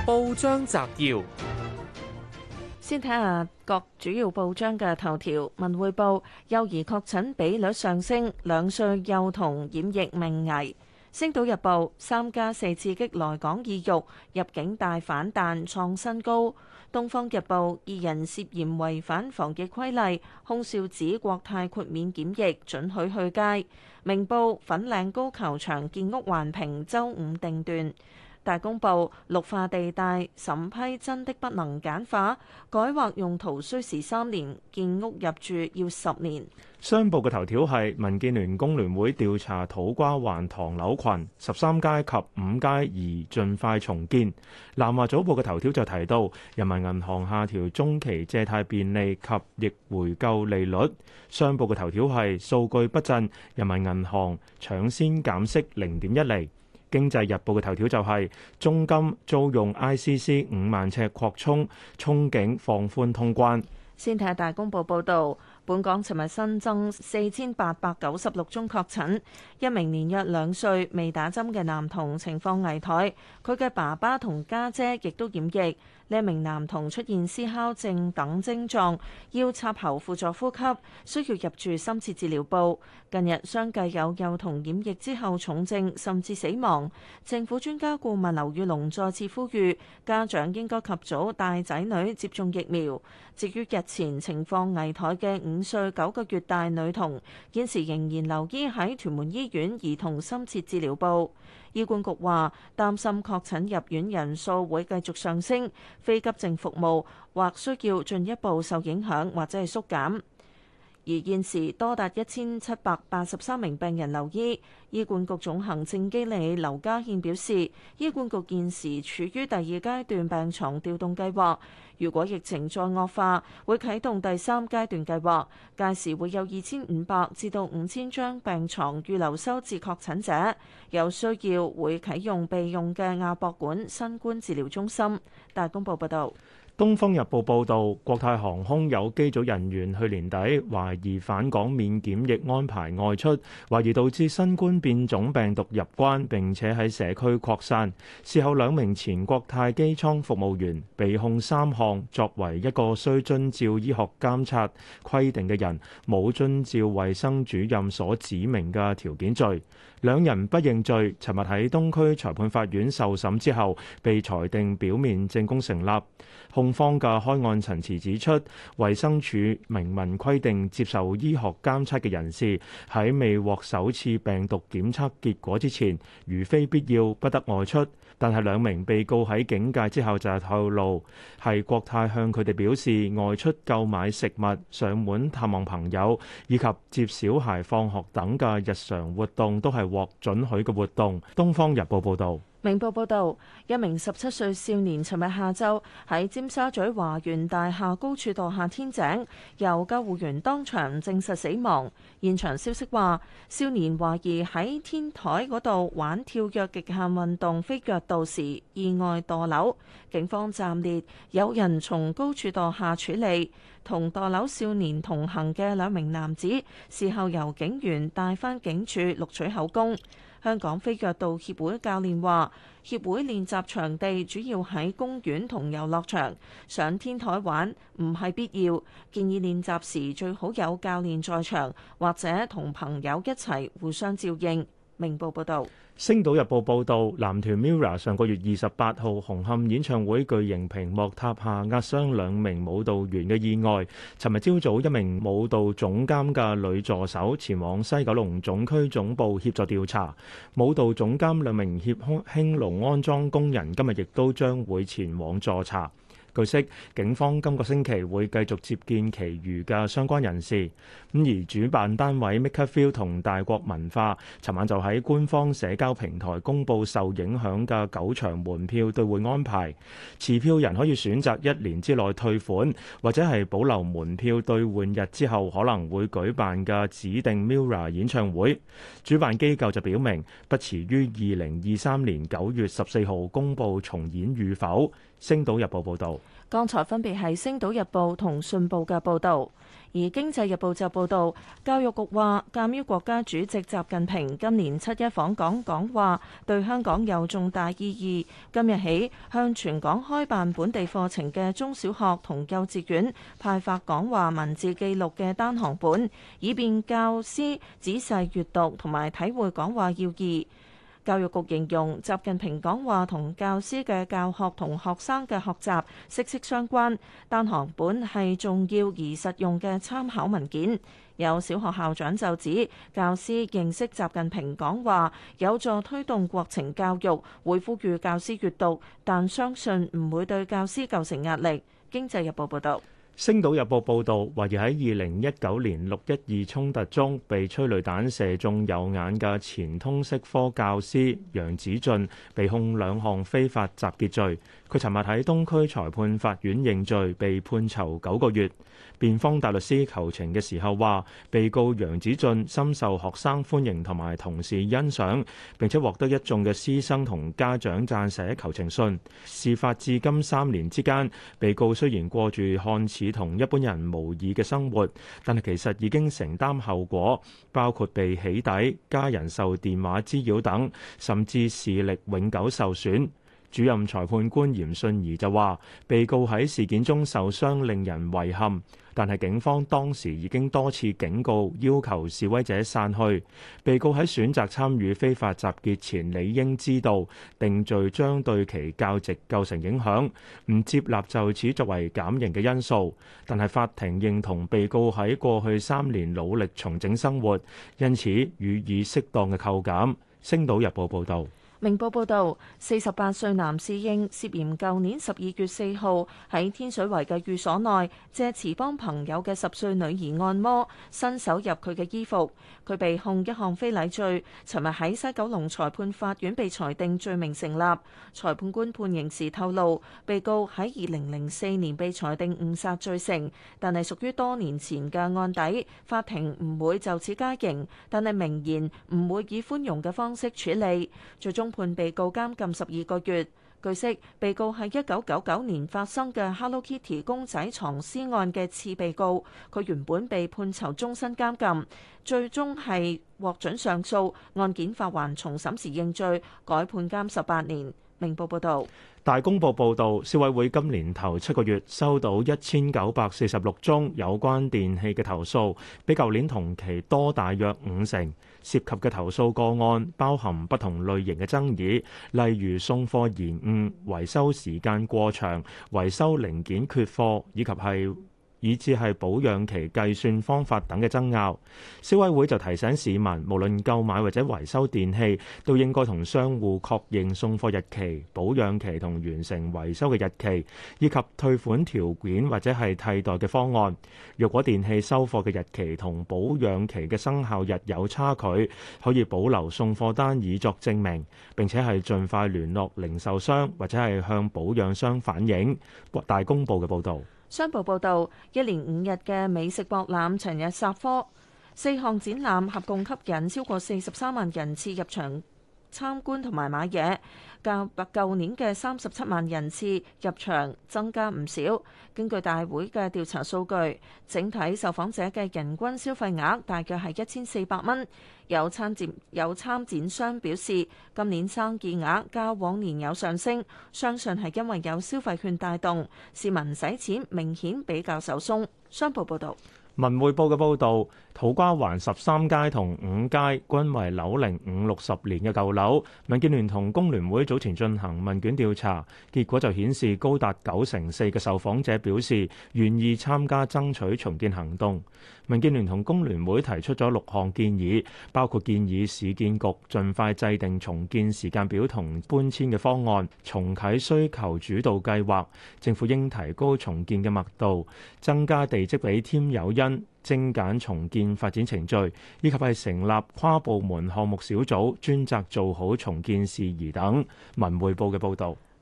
報章摘要： 先睇下各主要報章嘅頭條。文匯報：幼兒確診比率上升，2歲幼童染疫命危。星島日報：3+4刺激來港意欲，入境大反彈創新高。東方日報：2人涉嫌違反防疫規例，空少指國泰豁免檢疫，准許去街。明報：粉嶺高球場建屋環評週5定斷。大公報：綠化地帶審批真的不能簡化，改劃用途需時3年，建屋入住要10年。 商報嘅頭條係民建聯工聯會調查土瓜灣唐樓群13街及5街宜盡快重建。南華早報嘅頭條就提到，人民銀行下調中期借貸便利及逆回購利率。商報嘅頭條係數據不振，人民銀行搶先減息0.1厘。經濟日報嘅頭條就係中金租用 ICC 5萬尺擴充，憧憬放寬通關。 先睇下大公報報導，本港尋日新增4896宗確診，一名年約2歲未打針嘅男童情況危殆，佢嘅爸爸同家姐亦都染疫。呢一名男童出現思考症等症狀，要插喉輔助呼吸，需要入住深切治療部。近日相繼有幼童染疫之後重症甚至死亡。政府專家顧問劉宇龍再次呼籲家長應該及早帶仔女接種疫苗。至於日前情況危殆嘅5歲9個月大女童，現時仍然留醫喺屯門醫院兒童深切治療部。醫管局話擔心確診入院人數會繼續上升，非急症服務或需要進一步受影響或者係縮減。而現時多達1783名病人留醫。醫管局總行政經理劉家憲表示，醫管局現時處於第2階段病床調動計劃，如果疫情再惡化，會啟動第3階段計劃，屆時會有2500至到5000張病床預留收治確診者，有需要會啟用備用嘅亞博館新冠治療中心。大公報報道。 《東方日報》報導，國泰航空有機組人員去年底懷疑返港免檢疫安排外出，懷疑導致新冠變種病毒入關並且喺社區擴散。事後2名前國泰機艙服務員被控3項作為一個須遵照醫學監察規定嘅人，冇遵照衛生主任所指明嘅條件罪。2人不認罪，尋日喺東區裁判法院受審之後，被裁定表面證供成立。控方嘅開案陳詞指出，衛生署明文規定，接受醫學監測嘅人士喺未獲首次病毒檢測結果之前，如非必要不得外出。但係2名被告喺警戒之後就透露，係國泰向佢哋表示外出購買食物、上門探望朋友以及接小孩放學等嘅日常活動都係獲准許嘅活動。《東方日報》報導。 明報報導，一名17歲少年尋日下晝喺尖沙咀華園大廈高處墮下天井，由救護員當場證實死亡。現場消息話，少年懷疑喺天台嗰度玩跳躍極限運動飛躍道時意外墮樓，警方暫列有人從高處墮下處理。同墮樓少年同行嘅2名男子，事後由警員帶返警署錄取口供。香港飛躍道協會教練話，協會練習場地主要喺公園同遊樂場，上天台玩唔係必要，建議練習時最好有教練在場，或者同朋友一齊互相照應。明報報導。 《星島日報》報導，男團 MIRROR 上個月28號紅磡演唱會巨型屏幕塌下壓傷2名舞蹈員嘅意外，尋日朝早一名舞蹈總監嘅女助手前往西九龍總區總部協助調查。舞蹈總監2名興隆安裝工人今日亦都將會前往助查。據悉，警方今個星期會繼續接見其餘嘅相關人士。而主辦單位 MakerVille 同大國文化，尋晚就喺官方社交平台公佈受影響嘅9場門票兌換安排。持票人可以選擇1年之內退款，或者係保留門票兌換日之後可能會舉辦嘅指定 MIRROR 演唱會。主辦機構就表明，不遲於2023年9月14號公佈重演與否。星島日報報導。 剛才分別係《星島日報》同《信報》嘅報導。而《經濟日報》就報導，教育局話，鑑於國家主席習近平今年7·1訪港講話對香港有重大意義，今日起向全港開辦本地課程嘅中小學同幼稚園派發講話文字記錄嘅單行本，以便教師仔細閱讀同埋體會講話要義。教育局形容習近平講話同教師嘅教學同學生嘅學習息息相關，單行本係重要而實用嘅參考文件。有小學校長就指，教師認識習近平講話有助推動國情教育，會呼籲教師閱讀，但相信唔會對教師構成壓力。經濟日報報導。 《星島日報》報導，懷疑喺2019年6·12衝突中被催淚彈射中右眼嘅前通識科教師楊子俊，被控2項非法集結罪。佢尋日喺東區裁判法院認罪，被判囚9個月。辯方大律師求情嘅時候話，被告楊子俊深受學生歡迎同埋同事欣賞，並且獲得一眾嘅師生同家長撰寫求情信。事發至今3年之間，被告雖然過住看似同一般人無異嘅生活，但係其實已經承擔後果，包括被起底、家人受電話滋擾等，甚至視力永久受損。主任裁判官嚴信儀就話，被告喺事件中受傷令人遺憾，但係警方當時已經多次警告，要求示威者散去。被告喺選擇參與非法集結前理應知道，定罪將對其教職構成影響，唔接納就此作為減刑嘅因素。但係法庭認同被告喺過去3年努力重整生活，因此予以適當嘅扣減。星島日報報導。 明報報導，48歲男侍應涉嫌舊年12月4號喺天水圍嘅寓所內借詞幫朋友嘅10歲女兒按摩，伸手入佢嘅衣服。佢被控1項非禮罪，尋日喺西九龍裁判法院被裁定罪名成立。裁判官判刑時透露，被告喺2004年被裁定誤殺罪成，但係屬於多年前嘅案底，法庭唔會就此加刑，但係明言唔會以寬容嘅方式處理。最終判被告監禁12個月。據悉，被告係1999年發生嘅 Hello Kitty 公仔藏屍案嘅次被告，佢原本被判囚終身監禁，最終係獲准上訴，案件法還重審時認罪，改判監18年。明報報導。 大公報報導，消委會今年頭7個月收到1946宗有關電器嘅投訴，比舊年同期多大約50%。涉及嘅投訴個案包含不同類型嘅爭議，例如送貨延誤、維修時間過長、維修零件缺貨，以至係保養期計算方法等嘅爭拗。消委會就提醒市民，無論購買或者維修電器，都應該同商戶確認送貨日期、保養期同完成維修嘅日期，以及退款條件或者係替代嘅方案。若果電器收貨嘅日期同保養期嘅生效日有差距，可以保留送貨單以作證明，並且係盡快聯絡零售商或者係向保養商反映。大公報嘅報導。 商報報導，一連5日嘅美食博覽，尋日煞科，4項展覽合共吸引超過43萬人次入場參觀同埋買嘢，較舊年嘅37萬人次入場增加唔少。根據大會嘅調查數據，整體受訪者嘅人均消費額大約係1400蚊。有參展商表示，今年生意額較往年有上升，相信係因為有消費券帶動，市民使錢明顯比較手鬆。商報報導。 文匯報嘅報導，土瓜灣13街同5街均為樓齡50-60年嘅舊樓。民建聯同工聯會早前進行問卷調查，結果就顯示高達94%嘅受訪者表示願意參加爭取重建行動。民建聯同工聯會提出咗6項建議，包括建議市建局盡快制定重建時間表同搬遷嘅方案，重啟需求主導計劃。政府應提高重建嘅密度，增加地積比添誘因，精簡重建發展程序，以及係成立跨部門項目小組，專責做好重建事宜等。文匯報嘅報導。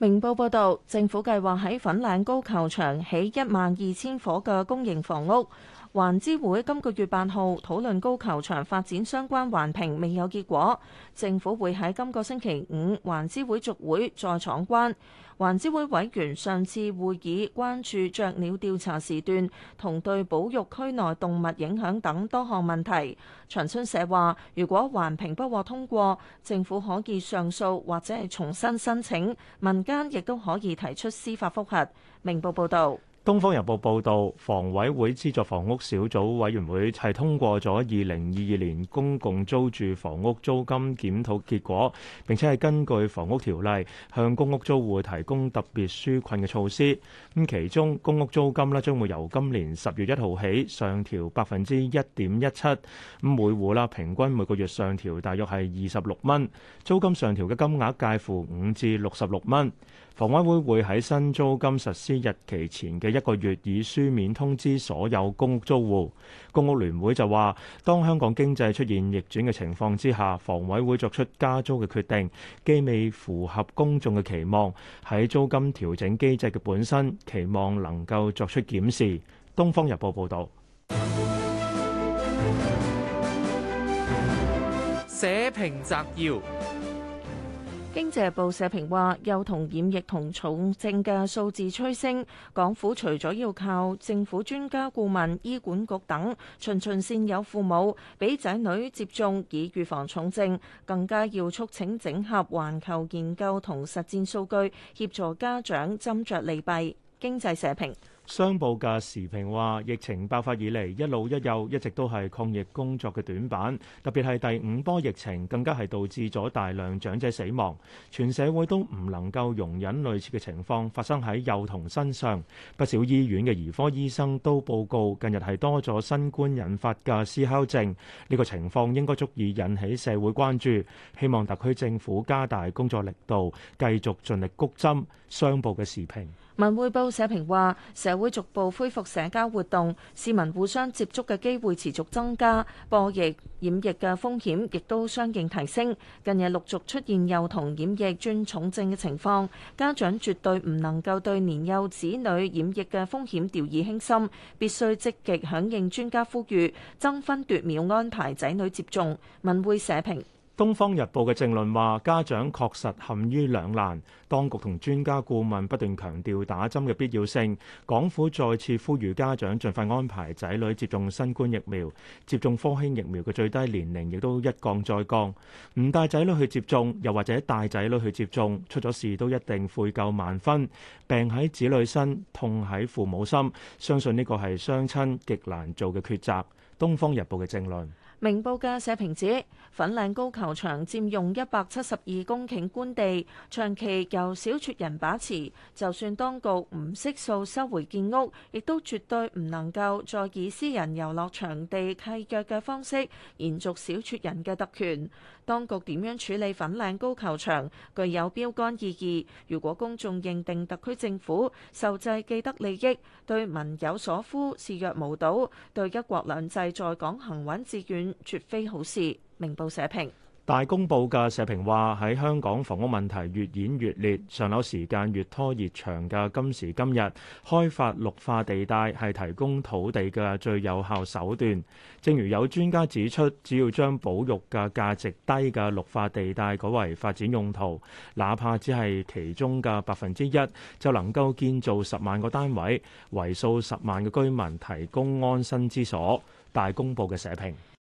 明報報導，政府計劃喺粉嶺高球場起12000伙嘅公營房屋。環諮會今個月8號討論高球場發展相關環評未有結果，政府會喺今個星期五環諮會續會再闖關。環諮會委員上次會議關注雀鳥調查時段同對保育區內動物影響等多項問題。長春社話，如果環評不獲通過，政府可以上訴或者係重新申請，民間亦都可以提出司法覆核。明報報導。 《東方日報》報導，房委會資助房屋小組委員會係通過咗2022年公共租住房屋租金檢討結果，並且係根據房屋條例向公屋租戶提供特別紓困嘅措施。咁其中公屋租金咧將會由今年10月1號起上調1.17%，咁每戶啦平均每個月上調大約係26蚊，租金上調嘅金額介乎5至66蚊。房委會會喺新租金實施日期前嘅1個月以書面通知所有公屋租戶。公屋聯會就話，當香港經濟出現逆轉嘅情況之下，房委會作出加租嘅決定，既未符合公眾嘅期望，喺租金調整機制嘅本身，期望能夠作出檢視。《東方日報》報導。 社評摘要。 經濟日報社評話，幼童染疫同重症嘅數字趨升，港府除咗要靠政府專家顧問、醫管局等循線有父母俾仔女接種以預防重症，更加要促請整合環球研究同實戰數據，協助家長斟酌利弊。經濟社評。 商報嘅時評話，疫情爆發以嚟，一老一幼一直都係抗疫工作嘅短板，特別係第5波疫情，更加係導致咗大量長者死亡。全社會都唔能夠容忍類似嘅情況發生喺幼童身上。不少醫院嘅兒科醫生都報告，近日係多咗新冠引發嘅思考症，呢個情況應該足以引起社會關注。希望特區政府加大工作力度，繼續盡力谷針。商報嘅時評。 文匯報社評話，社會逐步恢復社交活動，市民互相接觸嘅機會持續增加，播疫染疫嘅風險亦都相應提升。近日陸續出現幼童染疫轉重症嘅情況，家長絕對唔能夠對年幼子女染疫嘅風險掉以輕心，必須積極響應專家呼籲，爭分奪秒安排仔女接種。文匯社評。 《東方日報》嘅政論話，家長確實陷於兩難，當局同專家顧問不斷強調打針嘅必要性，港府再次呼籲家長盡快安排仔女接種新冠疫苗，接種科興疫苗嘅最低年齡亦都一降再降，唔帶仔女去接種，又或者帶仔女去接種，出咗事都一定悔疚萬分，病喺子女身，痛喺父母心，相信呢個係雙親極難做嘅抉擇。《東方日報》嘅政論。 明報嘅社評指，粉嶺高球場佔用172公頃官地，長期由小撮人把持。就算當局唔悉數收回建屋，亦都絕對唔能夠再以私人遊樂場地契約嘅方式延續小撮人嘅特權。當局點樣處理粉嶺高球場，具有標杆意義。如果公眾認定特區政府受制既得利益，對民有所呼，視若無睹，對一國兩制在港行穩致遠，絕非好事。明報社評。 大公報嘅社評話，喺香港房屋問題越演越烈，上樓時間越拖越長嘅今時今日，開發綠化地帶係提供土地嘅最有效手段。正如有專家指出，只要將保育嘅價值低嘅綠化地帶改為發展用途，哪怕只係其中嘅1%，就能夠建造10萬個單位，為數10萬嘅居民提供安身之所。大公報嘅社評。